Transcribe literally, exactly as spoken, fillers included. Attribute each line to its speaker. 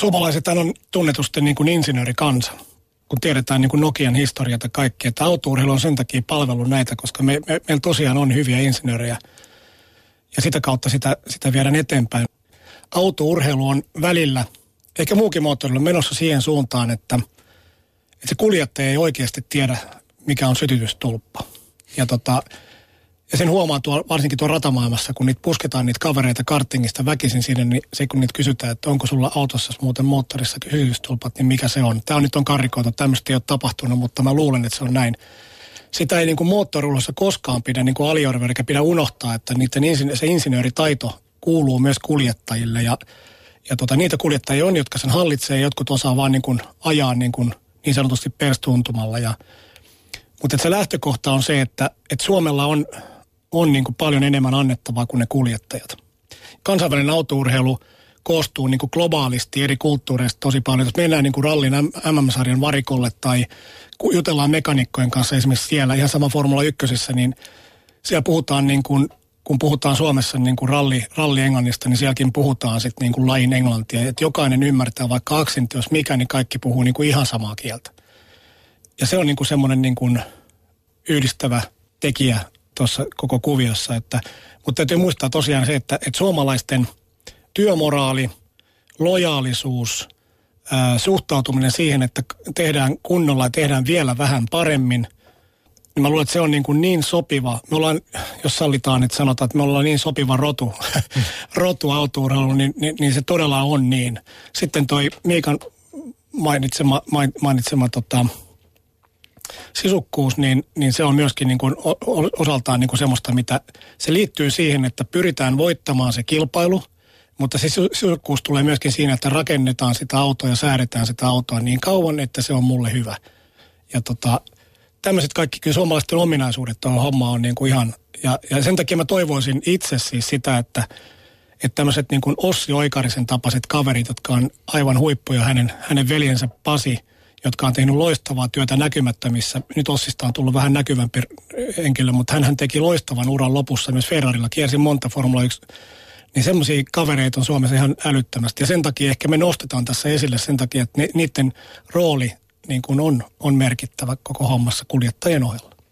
Speaker 1: Suomalaiset on tunnetusti niin kuin insinöörikansa, kun tiedetään niin kuin Nokian historiat ja kaikki, että autourheilu on sen takia palvellut näitä, koska me, me, meillä tosiaan on hyviä insinöörejä ja sitä kautta sitä, sitä viedään eteenpäin. Autourheilu on välillä, eikä muukin moottorilla, menossa siihen suuntaan, että, että se kuljettaja ei oikeasti tiedä, mikä on sytytystulppa. Ja, tota, ja sen huomaa tuo, varsinkin tuo ratamaailmassa, kun niitä pusketaan niitä kavereita kartingista väkisin sinne, niin se kun niitä kysytään, että onko sulla autossa muuten moottorissa sytytystulpat, niin mikä se on. Tämä on nyt on karrikoitu, tämmöistä ei ole tapahtunut, mutta mä luulen, että se on näin. Sitä ei niin kuin moottoriurheilussa koskaan pidä niin kuin aliarvioida, eikä pidä unohtaa, että niiden insinö- se insinööritaito kuuluu myös kuljettajille. Ja, ja tota, niitä kuljettajia on, jotka sen hallitsee, jotkut osaa vaan niin kuin ajaa niin, kuin niin sanotusti perstuntumalla. Ja, mutta se lähtökohta on se, että, että Suomella on, on niin kuin paljon enemmän annettavaa kuin ne kuljettajat. Kansainvälinen autourheilu koostuu niin kuin globaalisti eri kulttuureista tosi paljon. Jos mennään niin kuin rallin M M-sarjan varikolle tai jutellaan mekanikkojen kanssa esimerkiksi siellä, ihan sama Formula ykkösessä, niin siellä puhutaan niin kuin, kun puhutaan Suomessa niin kuin ralli, ralli englannista, niin sielläkin puhutaan sitten niin kuin lajin englantia. Että jokainen ymmärtää, vaikka aksentti, jos mikä, niin kaikki puhuu niin kuin ihan samaa kieltä. Ja se on niin kuin semmoinen niin kuin yhdistävä tekijä tuossa koko kuviossa. Että, mutta täytyy muistaa tosiaan se, että, että suomalaisten työmoraali, lojaalisuus, ää, suhtautuminen siihen, että tehdään kunnolla ja tehdään vielä vähän paremmin, niin mä luulen, että se on niin, kuin niin sopiva. Me ollaan, jos sallitaan, että sanotaan, että me ollaan niin sopiva rotu, rotu autourheilu, niin, niin, niin se todella on niin. Sitten toi Miikan mainitsema, mainitsema tota, sisukkuus, niin, niin se on myöskin niin kuin osaltaan niin kuin semmoista, mitä se liittyy siihen, että pyritään voittamaan se kilpailu, mutta se sisukkuus tulee myöskin siinä, että rakennetaan sitä autoa ja säädetään sitä autoa niin kauan, että se on mulle hyvä. Ja tota, tämmöiset kaikki kyllä suomalaisten ominaisuudet tuohon hommaan on niin kuin ihan, ja, ja sen takia mä toivoisin itse siis sitä, että, että tämmöiset niin kuin Ossi Oikarisen tapaiset kaverit, jotka on aivan huippuja, hänen, hänen veljensä Pasi, jotka on tehnyt loistavaa työtä näkymättömissä. Nyt Ossista on tullut vähän näkyvämpi henkilö, mutta hän teki loistavan uran lopussa myös Ferrarilla, kiersi monta Formula yksi. Niin semmoisia kavereita on Suomessa ihan älyttömästi. Ja sen takia ehkä me nostetaan tässä esille sen takia, että ne, niiden rooli niin kuin on, on merkittävä koko hommassa kuljettajien ohella.